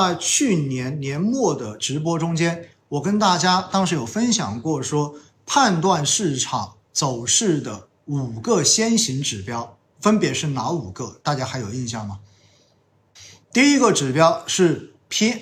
在去年年末的直播中间，我跟大家当时有分享过说，判断市场走势的5个先行指标分别是哪5个？大家还有印象吗？第一个指标是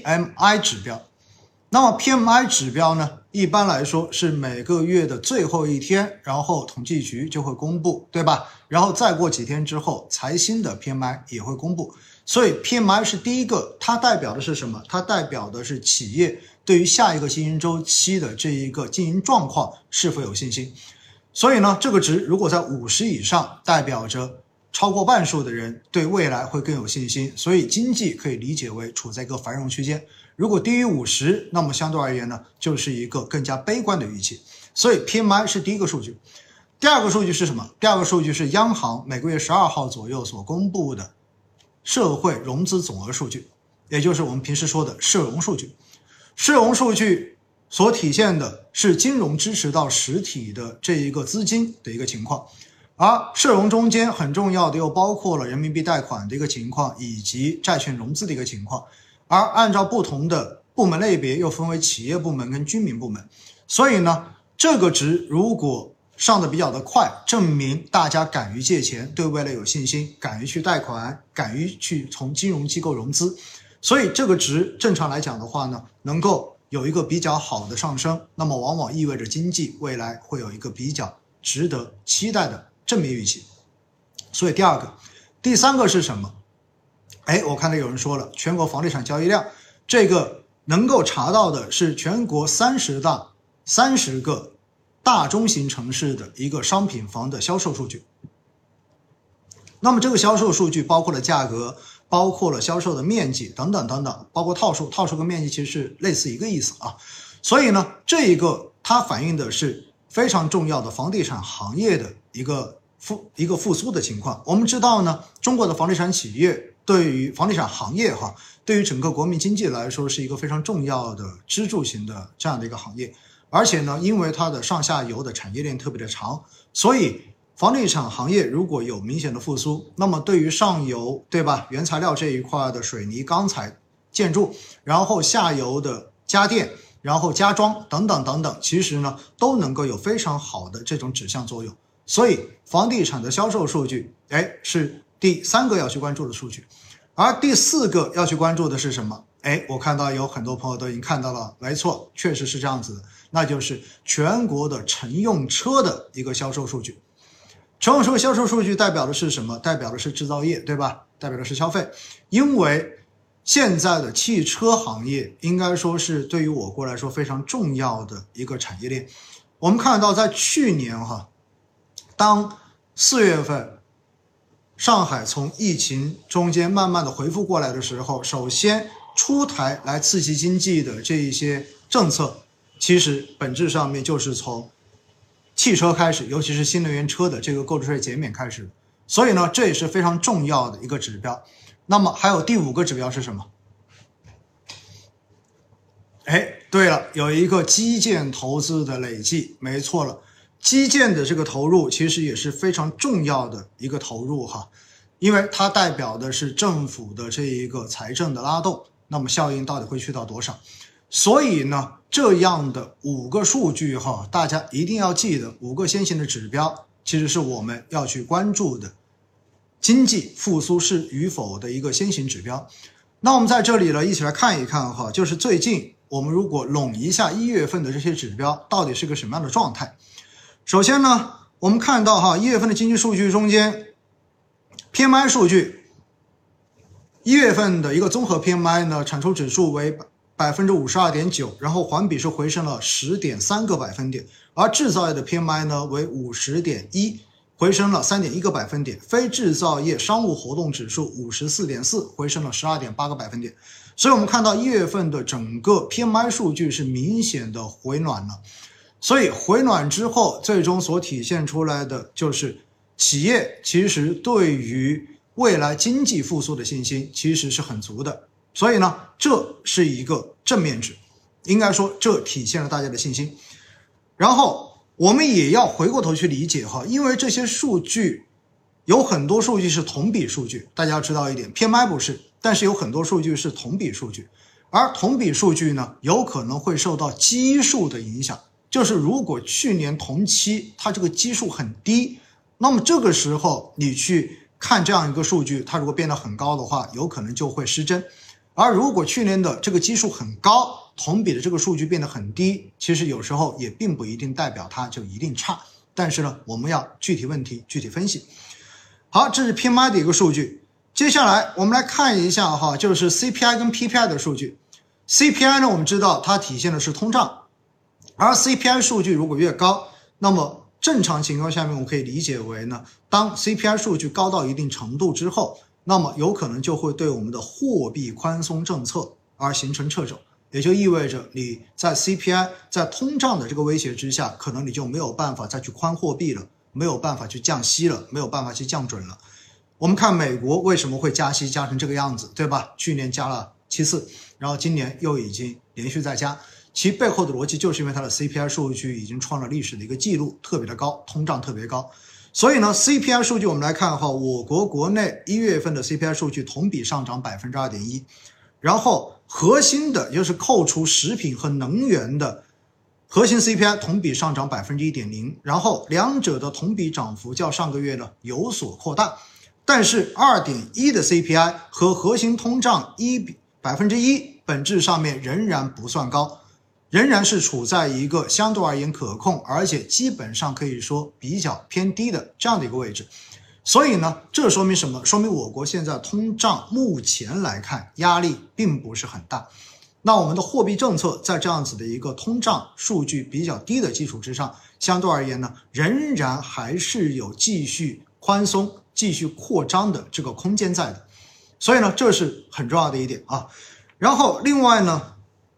PMI 指标。那么 PMI 指标呢，一般来说是每个月的最后一天，然后统计局就会公布，对吧？然后再过几天之后，财新的 PMI 也会公布。所以 PMI 是第一个，它代表的是什么？它代表的是企业对于下一个经营周期的这一个经营状况是否有信心。所以呢，这个值如果在50以上，代表着超过半数的人对未来会更有信心，所以经济可以理解为处在一个繁荣区间。如果低于50，那么相对而言呢，就是一个更加悲观的预期。所以 PMI 是第一个数据。第二个数据是什么？第二个数据是央行每个月12号左右所公布的社会融资总额数据，也就是我们平时说的社融数据。社融数据所体现的是金融支持到实体的这一个资金的一个情况，而社融中间很重要的又包括了人民币贷款的一个情况以及债券融资的一个情况。而按照不同的部门类别又分为企业部门跟居民部门，所以呢，这个值如果上的比较的快，证明大家敢于借钱，对未来有信心，敢于去贷款，敢于去从金融机构融资，所以这个值正常来讲的话呢，能够有一个比较好的上升，那么往往意味着经济未来会有一个比较值得期待的正面预期。所以第三个是什么？我看到有人说了，全国房地产交易量，这个能够查到的是全国30个大中型城市的一个商品房的销售数据。那么这个销售数据包括了价格，包括了销售的面积等等等等，包括套数跟面积其实是类似一个意思啊。所以呢，这一个它反映的是非常重要的房地产行业的一个复苏的情况。我们知道呢，中国的房地产企业对于房地产行业对于整个国民经济来说是一个非常重要的支柱型的这样的一个行业，而且呢，因为它的上下游的产业链特别的长，所以房地产行业如果有明显的复苏，那么对于上游，对吧，原材料这一块的水泥、钢材、建筑，然后下游的家电，然后家装等等等等，其实呢都能够有非常好的这种指向作用。所以房地产的销售数据是第3个要去关注的数据。而第4个要去关注的是什么？我看到有很多朋友都已经看到了，没错，确实是这样子的，那就是全国的乘用车的一个销售数据。乘用车销售数据代表的是什么？代表的是制造业，对吧？代表的是消费。因为现在的汽车行业应该说是对于我国来说非常重要的一个产业链。我们看到在去年当4月份上海从疫情中间慢慢的恢复过来的时候，首先出台来刺激经济的这一些政策，其实本质上面就是从汽车开始，尤其是新能源车的这个购置税减免开始。所以呢，这也是非常重要的一个指标。那么还有第5个指标是什么？对了，有一个基建投资的累计，没错了。基建的这个投入其实也是非常重要的一个投入因为它代表的是政府的这一个财政的拉动，那么效应到底会去到多少？所以呢，这样的5个数据大家一定要记得，5个先行的指标其实是我们要去关注的经济复苏是与否的一个先行指标。那我们在这里呢，一起来看一看就是最近我们如果拢一下1月份的这些指标到底是个什么样的状态。首先呢，我们看到1月份的经济数据中间 PMI 数据，1月份的一个综合 PMI 呢，产出指数为 52.9%， 然后环比是回升了 10.3个百分点，而制造业的 PMI 呢为 50.1， 回升了 3.1个百分点，非制造业商务活动指数 54.4， 回升了 12.8个百分点。所以我们看到1月份的整个 PMI 数据是明显的回暖了。所以回暖之后，最终所体现出来的就是企业其实对于未来经济复苏的信心其实是很足的。所以呢，这是一个正面值，应该说这体现了大家的信心。然后我们也要回过头去理解因为这些数据有很多数据是同比数据，大家要知道一点， PMI 不是，但是有很多数据是同比数据。 而同比数据呢，有可能会受到基数的影响，就是如果去年同期它这个基数很低，那么这个时候你去看这样一个数据，它如果变得很高的话，有可能就会失真。而如果去年的这个基数很高，同比的这个数据变得很低，其实有时候也并不一定代表它就一定差，但是呢，我们要具体问题具体分析。好，这是 PMI 的一个数据。接下来我们来看一下哈，就是 CPI 跟 PPI 的数据。CPI 呢，我们知道它体现的是通胀，而 CPI 数据如果越高，那么正常情况下面我们可以理解为呢，当 CPI 数据高到一定程度之后，那么有可能就会对我们的货币宽松政策而形成掣肘，也就意味着你在 CPI 在通胀的这个威胁之下，可能你就没有办法再去宽货币了，没有办法去降息了，没有办法去降准了。我们看美国为什么会加息加成这个样子，对吧？去年加了7次，然后今年又已经连续在加，其背后的逻辑就是因为它的 CPI 数据已经创了历史的一个记录，特别的高，通胀特别高。所以呢 CPI 数据我们来看哈，我国国内1月份的 CPI 数据同比上涨 2.1%， 然后核心的就是扣除食品和能源的核心 CPI 同比上涨 1.0%， 然后两者的同比涨幅较上个月呢有所扩大，但是 2.1 的 CPI 和核心通胀1%本质上面仍然不算高，仍然是处在一个相对而言可控，而且基本上可以说比较偏低的这样的一个位置。所以呢，这说明什么？说明我国现在通胀目前来看压力并不是很大。那我们的货币政策在这样子的一个通胀数据比较低的基础之上，相对而言呢，仍然还是有继续宽松、继续扩张的这个空间在的。所以呢，这是很重要的一点啊。然后另外呢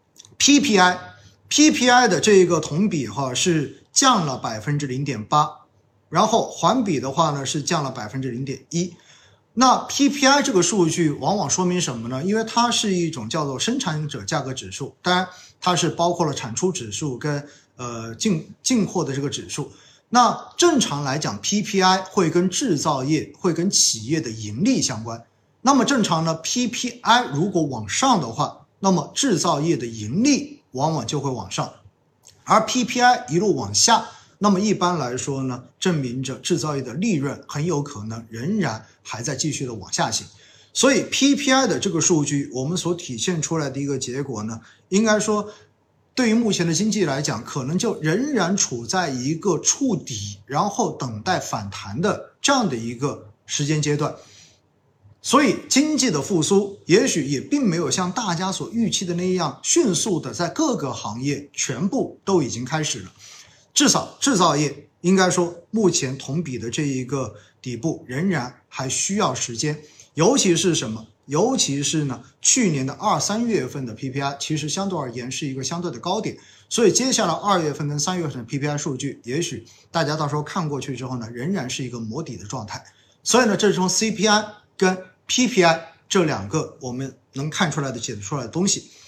PPI 的这个同比是降了 0.8%， 然后环比的话呢是降了 0.1%。 那 PPI 这个数据往往说明什么呢？因为它是一种叫做生产者价格指数，当然它是包括了产出指数跟进货的这个指数。那正常来讲 PPI 会跟制造业会跟企业的盈利相关，那么正常呢 PPI 如果往上的话，那么制造业的盈利往往就会往上，而 PPI 一路往下，那么一般来说呢，证明着制造业的利润很有可能仍然还在继续的往下行。所以 PPI 的这个数据我们所体现出来的一个结果呢，应该说对于目前的经济来讲，可能就仍然处在一个触底然后等待反弹的这样的一个时间阶段。所以经济的复苏也许也并没有像大家所预期的那样迅速的在各个行业全部都已经开始了，至少制造业应该说目前同比的这一个底部仍然还需要时间，尤其是什么？尤其是呢，去年的2、3月份的 PPI 其实相对而言是一个相对的高点，所以接下来2月份跟3月份的 PPI 数据，也许大家到时候看过去之后呢，仍然是一个摸底的状态。所以呢，这是从 CPI 跟 PPI 这两个我们能看出来的解读出来的东西。